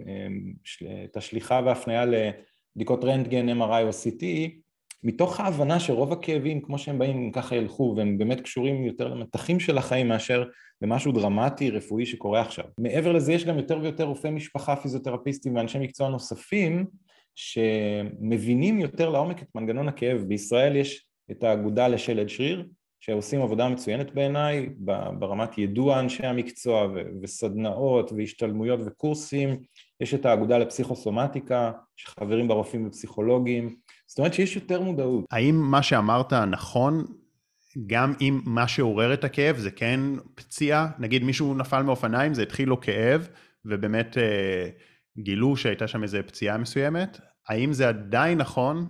את השליחה וההפניה בדיקות רנטגן, MRI או CT, מתוך ההבנה שרוב הכאבים, כמו שהם באים, ככה ילכו, והם באמת קשורים יותר למתחים של החיים, מאשר למשהו דרמטי, רפואי שקורה עכשיו. מעבר לזה, יש גם יותר ויותר רופאי משפחה, פיזיותרפיסטים ואנשי מקצוע נוספים, שמבינים יותר לעומק את מנגנון הכאב. בישראל יש את האגודה לשלד שריר, שעושים עבודה מצוינת בעיניי, ברמת ידוע אנשי המקצוע וסדנאות והשתלמויות וקורסים. יש את האגודה לפסיכוסומטיקה, שחברים ברופאים ופסיכולוגים, זאת אומרת שיש יותר מודעות. האם מה שאמרת נכון, גם אם מה שעורר את הכאב זה כן פציעה, נגיד מישהו נפל מאופניים, זה התחיל לו כאב, ובאמת גילו שהייתה שם איזו פציעה מסוימת, האם זה עדיין נכון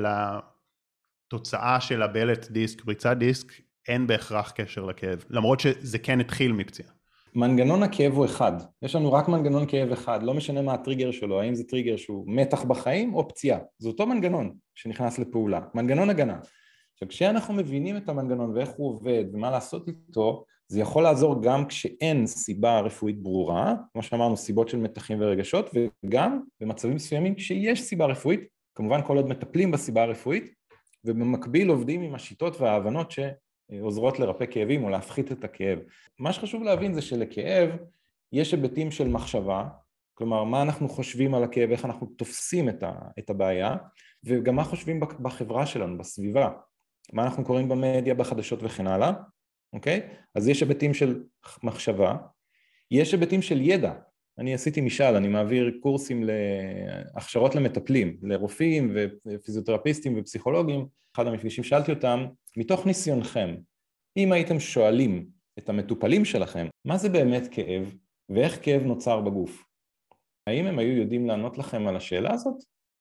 שלתוצאה של הבלט דיסק, פריצת דיסק, אין בהכרח קשר לכאב, למרות שזה כן התחיל מפציעה? מנגנון הכאב הוא אחד, יש לנו רק מנגנון כאב אחד, לא משנה מה הטריגר שלו, האם זה טריגר שהוא מתח בחיים או פציעה, זה אותו מנגנון שנכנס לפעולה, מנגנון הגנה. עכשיו כשאנחנו מבינים את המנגנון ואיך הוא עובד ומה לעשות איתו, זה יכול לעזור גם כשאין סיבה רפואית ברורה, כמו שאמרנו סיבות של מתחים ורגשות, וגם במצבים מסוימים כשיש סיבה רפואית, כמובן כל עוד מטפלים בסיבה הרפואית, ובמקביל עובדים עם השיטות וההבנות שעוזרות לרפא כאבים או להפחית את הכאב. מה שחשוב להבין זה שלכאב יש היבטים של מחשבה, כלומר מה אנחנו חושבים על הכאב, איך אנחנו תופסים את הבעיה, וגם מה חושבים בחברה שלנו, בסביבה, מה אנחנו קוראים במדיה, בחדשות וכן הלאה, אוקיי? אז יש היבטים של מחשבה, יש היבטים של ידע. אני עשיתי משאל, אני מעביר קורסים להכשרות למטפלים, לרופאים ופיזיותרפיסטים ופסיכולוגים. אחד המפגשים שאלתי אותם, מתוך ניסיונכם, אם הייתם שואלים את המטופלים שלכם, מה זה באמת כאב ואיך כאב נוצר בגוף? האם הם היו יודעים לענות לכם על השאלה הזאת?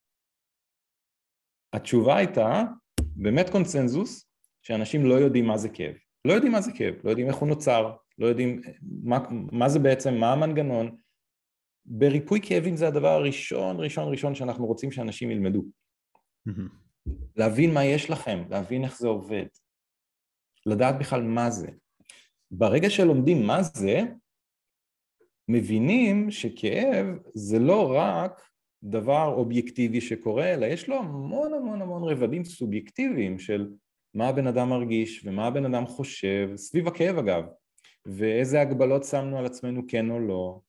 התשובה הייתה באמת קונצנזוס שאנשים לא יודעים מה זה כאב. לא יודעים מה זה כאב, לא יודעים איך הוא נוצר, לא יודעים מה זה בעצם, מה המנגנון. בריפוי כאבים זה הדבר הראשון שאנחנו רוצים שאנשים ילמדו. להבין מה יש לכם, להבין איך זה עובד, לדעת בכלל מה זה. ברגע שלומדים מה זה, מבינים שכאב זה לא רק דבר אובייקטיבי שקורה, אלא יש לו המון רבדים סובייקטיביים של מה הבן אדם מרגיש ומה הבן אדם חושב, סביב הכאב אגב, ואיזה הגבלות שמנו על עצמנו כן או לא,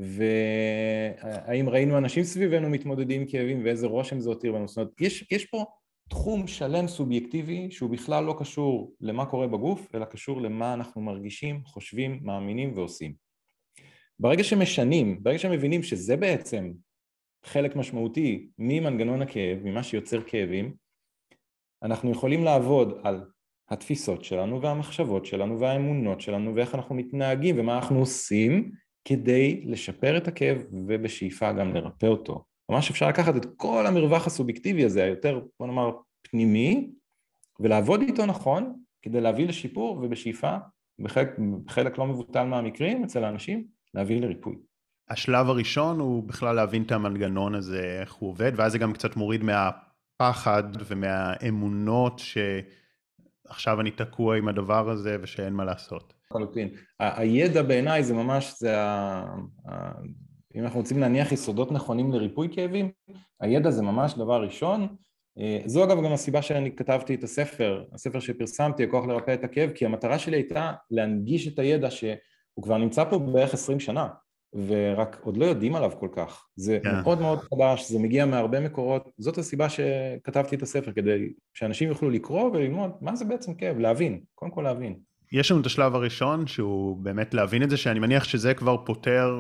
והאם ראינו אנשים סביבנו מתמודדים עם כאבים ואיזה רושם זה הותיר בנו. זאת אומרת, יש פה תחום שלם סובייקטיבי שהוא בכלל לא קשור למה קורה בגוף, אלא קשור למה אנחנו מרגישים, חושבים, מאמינים ועושים. ברגע שמשנים, ברגע שמבינים שזה בעצם חלק משמעותי ממנגנון הכאב, ממה שיוצר כאבים, אנחנו יכולים לעבוד על התפיסות שלנו והמחשבות שלנו והאמונות שלנו ואיך אנחנו מתנהגים ומה אנחנו עושים כדי לשפר את הכאב ובשאיפה גם לרפא אותו. ממש אפשר לקחת את כל המרווח הסובייקטיבי הזה, היותר, בוא נאמר, פנימי, ולעבוד איתו נכון כדי להביא לשיפור ובשאיפה, בחלק לא מבוטל מהמקרים אצל האנשים, להביא לריפוי. השלב הראשון הוא בכלל להבין את המנגנון הזה, איך הוא עובד, ואז זה גם קצת מוריד מהפחד ומהאמונות שעכשיו אני תקוע עם הדבר הזה ושאין מה לעשות. חלוטין. הידע בעיניי זה ממש, אם אנחנו רוצים להניח יסודות נכונים לריפוי כאבים, הידע זה ממש דבר ראשון. זו אגב גם הסיבה שאני כתבתי את הספר שפרסמתי, הכוח לרפא את הכאב, כי המטרה שלי הייתה להנגיש את הידע שהוא כבר נמצא פה בערך 20 שנה, ורק עוד לא יודעים עליו כל כך. זה מאוד מאוד חדש, זה מגיע מהרבה מקורות, זאת הסיבה שכתבתי את הספר, כדי שאנשים יוכלו לקרוא וללמוד מה זה בעצם כאב, להבין, קודם כל להבין. יש לנו את השלב הראשון שהוא באמת להבין את זה, שאני מניח שזה כבר פותר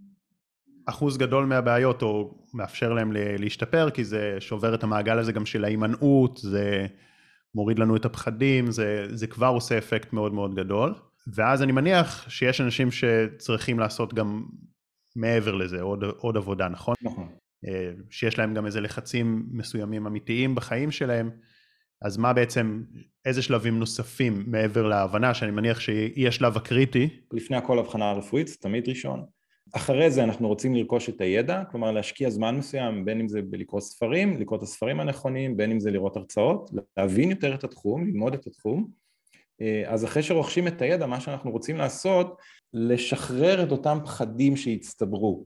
אחוז גדול מהבעיות, או מאפשר להם להשתפר, כי זה שובר את המעגל הזה גם של ההימנעות, זה מוריד לנו את הפחדים, זה כבר עושה אפקט מאוד מאוד גדול. ואז אני מניח שיש אנשים שצריכים לעשות גם מעבר לזה, עוד עבודה, נכון? נכון. שיש להם גם איזה לחצים מסוימים אמיתיים בחיים שלהם, אז מה בעצם, איזה שלבים נוספים מעבר להבנה, שאני מניח שהיא השלב הקריטי? לפני הכל הבחנה הרפואית, זה תמיד ראשון. אחרי זה אנחנו רוצים לרכוש את הידע, כלומר להשקיע זמן מסוים, בין אם זה בלקרוא ספרים, לקרוא את הספרים הנכונים, בין אם זה לראות הרצאות, להבין יותר את התחום, ללמוד את התחום. אז אחרי שרוכשים את הידע, מה שאנחנו רוצים לעשות, לשחרר את אותם פחדים שהצטברו,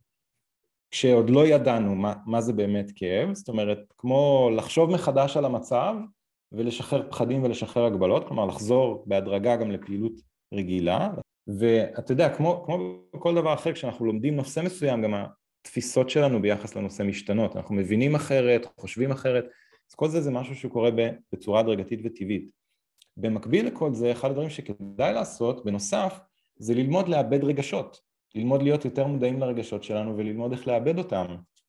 כשעוד לא ידענו מה זה באמת כאב, זאת אומרת, כמו לחשוב מחדש על המצב, ולשחרר פחדים ולשחרר הגבלות, כלומר לחזור בהדרגה גם לפעילות רגילה, ואתה יודע, כמו כל דבר אחר, כשאנחנו לומדים נושא מסוים, גם התפיסות שלנו ביחס לנושא משתנות, אנחנו מבינים אחרת, חושבים אחרת, אז כל זה משהו שקורה בצורה הדרגתית וטבעית. במקביל לכל זה, אחד הדברים שכדאי לעשות, בנוסף, זה ללמוד לאבד רגשות, ללמוד להיות יותר מודעים לרגשות שלנו וללמוד איך לאבד אותם.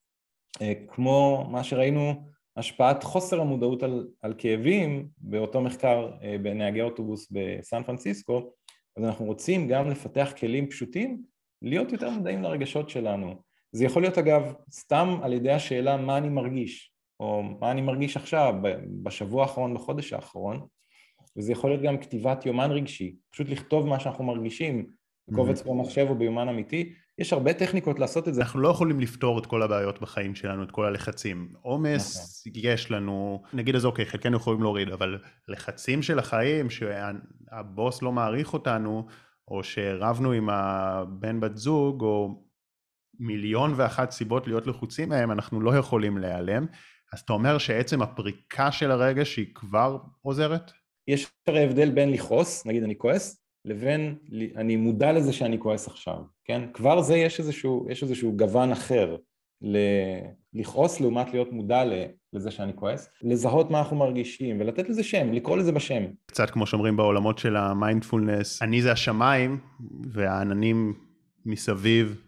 כמו מה שראינו, השפעת חוסר המודעות על כאבים, באותו מחקר בנהגי אוטובוס בסן פרנסיסקו, אז אנחנו רוצים גם לפתח כלים פשוטים, להיות יותר מודעים לרגשות שלנו. זה יכול להיות אגב סתם על ידי השאלה מה אני מרגיש, או מה אני מרגיש עכשיו, בשבוע האחרון, בחודש האחרון, וזה יכול להיות גם כתיבת יומן רגשי, פשוט לכתוב מה שאנחנו מרגישים, בקובץ במחשב או ביומן אמיתי, יש הרבה טכניקות לעשות את זה. אנחנו לא יכולים לפתור את כל הבעיות בחיים שלנו, את כל הלחצים. עומס יש לנו, נגיד אז אוקיי, חלקנו יכולים להוריד, אבל לחצים של החיים, שהבוס לא מעריך אותנו, או שרבנו עם הבן בת זוג, או 1,000,001 סיבות להיות לחוצים מהם, אנחנו לא יכולים להיעלם. אז אתה אומר שעצם הפריקה של הרגש היא כבר עוזרת? יש הרי הבדל בין לכעוס, נגיד אני כועס, לבין אני מודע לזה שאני כועס עכשיו, כן? כבר זה יש איזשהו גוון אחר לכעוס לעומת להיות מודע לזה שאני כועס, לזהות מה אנחנו מרגישים ולתת לזה שם, לקרוא לזה בשם. קצת כמו שאומרים בעולמות של המיינדפולנס, אני זה השמיים והעננים מסביב,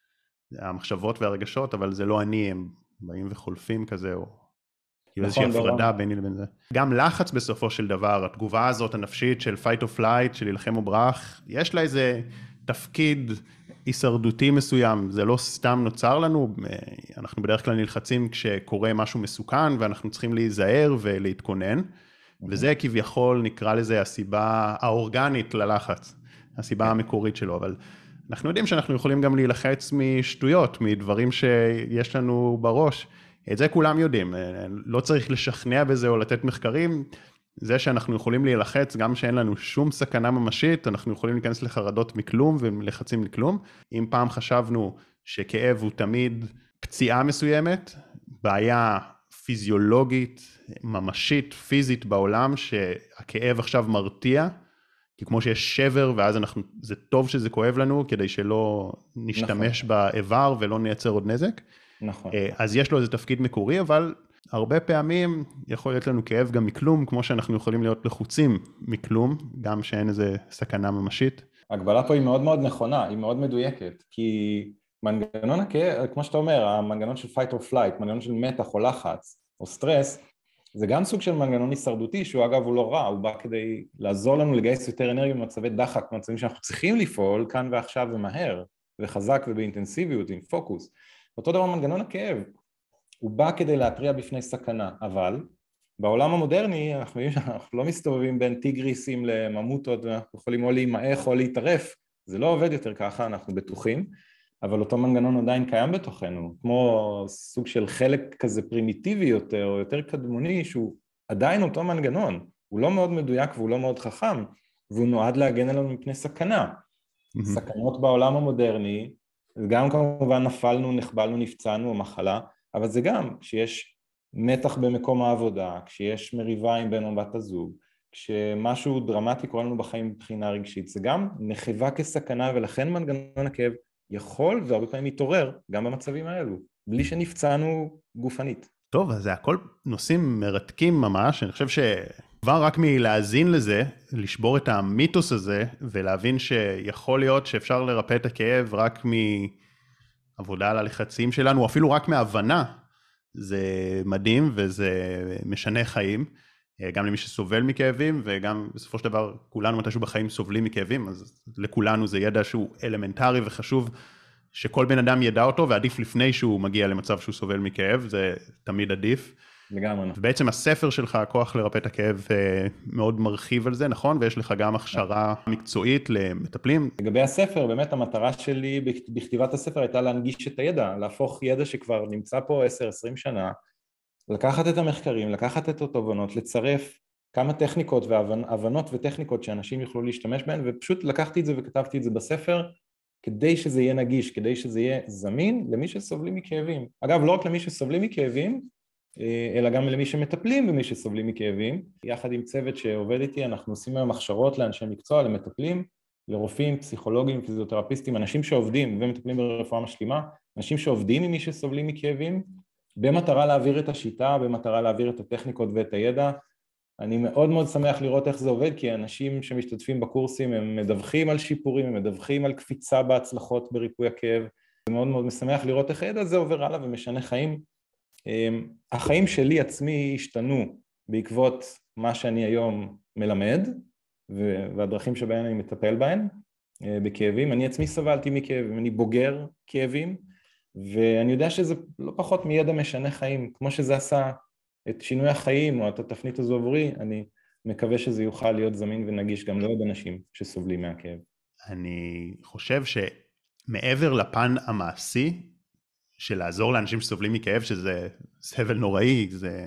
המחשבות והרגשות, אבל זה לא אני, הם באים וחולפים כזה, או כאילו איזושהי הפרדה ביני לבין זה. גם לחץ בסופו של דבר, התגובה הזאת הנפשית של fight or flight, של ילחם או ברח, יש לה איזה תפקיד הישרדותי מסוים, זה לא סתם נוצר לנו, אנחנו בדרך כלל נלחצים כשקורה משהו מסוכן, ואנחנו צריכים להיזהר ולהתכונן, וזה כביכול נקרא לזה הסיבה האורגנית ללחץ, הסיבה המקורית שלו, אבל אנחנו יודעים שאנחנו יכולים גם להילחץ משטויות, מדברים שיש לנו בראש, את זה כולם יודעים, לא צריך לשכנע בזה או לתת מחקרים, זה שאנחנו יכולים להילחץ, גם שאין לנו שום סכנה ממשית, אנחנו יכולים להיכנס לחרדות מכלום ולחצים לכלום. אם פעם חשבנו שכאב הוא תמיד פציעה מסוימת, בעיה פיזיולוגית, ממשית, פיזית בעולם, שהכאב עכשיו מרתיע, כי כמו שיש שבר, ואז זה טוב שזה כואב לנו, כדי שלא נשתמש באיבר ולא נייצר עוד נזק. נכון. אז יש לו איזה תפקיד מקורי, אבל הרבה פעמים יכול להיות לנו כאב גם מכלום, כמו שאנחנו יכולים להיות לחוצים מכלום, גם שאין איזה סכנה ממשית. ההגבלה פה היא מאוד מאוד נכונה, היא מאוד מדויקת, כי מנגנון הכאב, כמו שאתה אומר, המנגנון של fight or flight, מנגנון של מתח או לחץ או סטרס, זה גם סוג של מנגנון הישרדותי, שהוא אגב הוא לא רע, הוא בא כדי לעזור לנו לגייס יותר אנרגיה במצבי דחק, במצבים שאנחנו צריכים לפעול כאן ועכשיו ומהר, וחזק ובאינטנסיביות, עם פוקוס. אותו דבר מנגנון הכאב, הוא בא כדי להתריע בפני סכנה, אבל בעולם המודרני אנחנו לא מסתובבים בין טיגריסים לממוטות, ואנחנו יכולים או להימעך או להתערף, זה לא עובד יותר ככה, אנחנו בטוחים, אבל אותו מנגנון עדיין קיים בתוכנו, כמו סוג של חלק כזה פרימיטיבי יותר, או יותר קדמוני, שהוא עדיין אותו מנגנון, הוא לא מאוד מדויק והוא לא מאוד חכם, והוא נועד להגן עלינו מפני סכנה. סכנות בעולם המודרני, גם כמובן נפלנו, נחבלנו, נפצענו או מחלה, אבל זה גם כשיש מתח במקום העבודה, כשיש מריבה עם בן או בת הזוג, כשמשהו דרמטי קורה לנו בחיים מבחינה רגשית, זה גם נחווה כסכנה, ולכן מנגנון הכאב יכול והרבה פעמים מתעורר גם במצבים האלו, בלי שנפצענו גופנית. טוב, אז זה הכל נושאים מרתקים ממש, אני חושב שכבר רק מלהאזין לזה, לשבור את המיתוס הזה, ולהבין שיכול להיות שאפשר לרפא את הכאב רק מעבודה על הלחצים שלנו, או אפילו רק מהבנה, זה מדהים וזה משנה חיים, גם למי שסובל מכאבים, וגם בסופו של דבר כולנו מתישהו בחיים סובלים מכאבים, אז לכולנו זה ידע שהוא אלמנטרי וחשוב, שכל בן אדם ידע אותו, ועדיף לפני שהוא מגיע למצב שהוא סובל מכאב, זה תמיד עדיף. לגמרי. ובעצם הספר שלך, הכוח לרפא את הכאב, מאוד מרחיב על זה, נכון? ויש לך גם הכשרה מקצועית למטפלים. לגבי הספר, באמת המטרה שלי בכתיבת הספר הייתה להנגיש את הידע, להפוך ידע שכבר נמצא פה 10-20 שנה, לקחת את המחקרים, לקחת את התובנות, לצרף כמה טכניקות והבנות וטכניקות שאנשים יוכלו להשתמש בהן, ופשוט לקחתי את זה וכתבתי את זה בספר, כדי שזה יהיה נגיש, כדי שזה יהיה זמין למי שסובלים מכאבים. אגב, לא רק למי שסובלים מכאבים, אלא גם למי שמטפלים ומי שסובלים מכאבים. יחד עם צוות שעובד איתי, אנחנו עושים היום הכשרות לאנשי מקצוע, למטפלים, לרופאים, פסיכולוגים, פיזיותרפיסטים, אנשים שעובדים ומטפלים ברפואה משלימה, אנשים שעובדים עם מי שסובלים מכאבים, במטרה להעביר את השיטה, במטרה להעביר את הטכניקות ואת הידע. אני מאוד מאוד שמח לראות איך זה עובד, כי אנשים שמשתתפים בקורסים הם מדווחים על שיפורים, הם מדווחים על קפיצה בהצלחות בריפוי הכאב. זה מאוד מאוד משמח לראות איך הידע הזה עובר הלאה ומשנה חיים. החיים שלי עצמי השתנו בעקבות מה שאני היום מלמד, והדרכים שבהן אני מטפל בהן בכאבים. אני עצמי סבלתי מכאבים, אני בוגר כאבים, ואני יודע שזה לא פחות מידע משנה חיים, כמו שזה עשה את שינוי החיים או את התפנית הזו עבורי, אני מקווה שזה יוכל להיות זמין ונגיש גם לעוד אנשים שסובלים מהכאב. אני חושב שמעבר לפן המעשי, של לעזור לאנשים שסובלים מכאב, שזה סבל נוראי,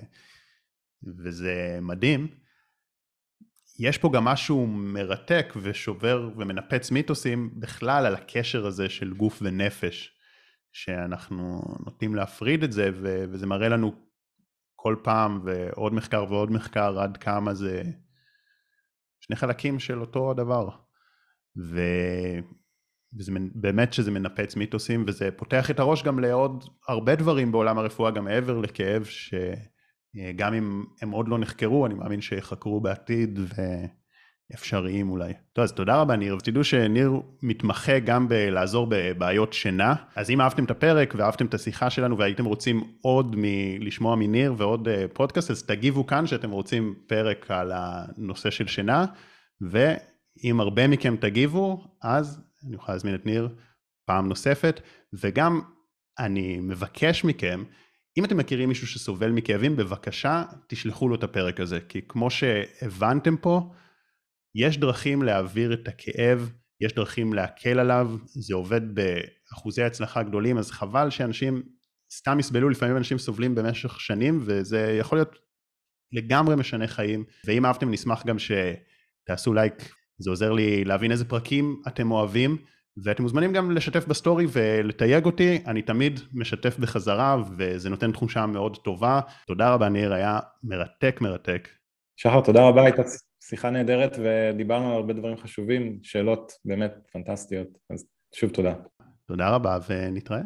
וזה מדהים, יש פה גם משהו מרתק ושובר ומנפץ מיתוסים בכלל על הקשר הזה של גוף ונפש, שאנחנו נוטים להפריד את זה, וזה מראה לנו כל פעם ועוד מחקר ועוד מחקר עד כמה זה שני חלקים של אותו הדבר. באמת שזה מנפץ מיתוסים, וזה פותח את הראש גם לעוד הרבה דברים בעולם הרפואה, גם מעבר לכאב, שגם אם הם עוד לא נחקרו, אני מאמין שיחקרו בעתיד, ואפשריים אולי. טוב, אז תודה רבה ניר, ותדעו שניר מתמחה גם בלעזור בבעיות שינה, אז אם אהבתם את הפרק ואהבתם את השיחה שלנו, והייתם רוצים עוד לשמוע מניר ועוד פודקאסט, אז תגיבו כאן שאתם רוצים פרק על הנושא של שינה, ואם הרבה מכם תגיבו, אז אני אוכל להזמין את ניר פעם נוספת, וגם אני מבקש מכם, אם אתם מכירים מישהו שסובל מכאבים, בבקשה תשלחו לו את הפרק הזה, כי כמו שהבנתם פה, יש דרכים להעביר את הכאב, יש דרכים להקל עליו, זה עובד באחוזי הצלחה גדולים, אז חבל שאנשים סתם יסבלו, לפעמים אנשים סובלים במשך שנים, וזה יכול להיות לגמרי משנה חיים, ואם אהבתם נשמח גם שתעשו לייק, זה עוזר לי להבין איזה פרקים אתם אוהבים, ואתם מוזמנים גם לשתף בסטורי ולתייג אותי, אני תמיד משתף בחזרה, וזה נותן תחושה מאוד טובה. תודה רבה ניר, היה מרתק מרתק. שחר, תודה רבה, הייתה שיחה נהדרת, ודיברנו על הרבה דברים חשובים, שאלות באמת פנטסטיות, אז שוב תודה. תודה רבה ונתראה.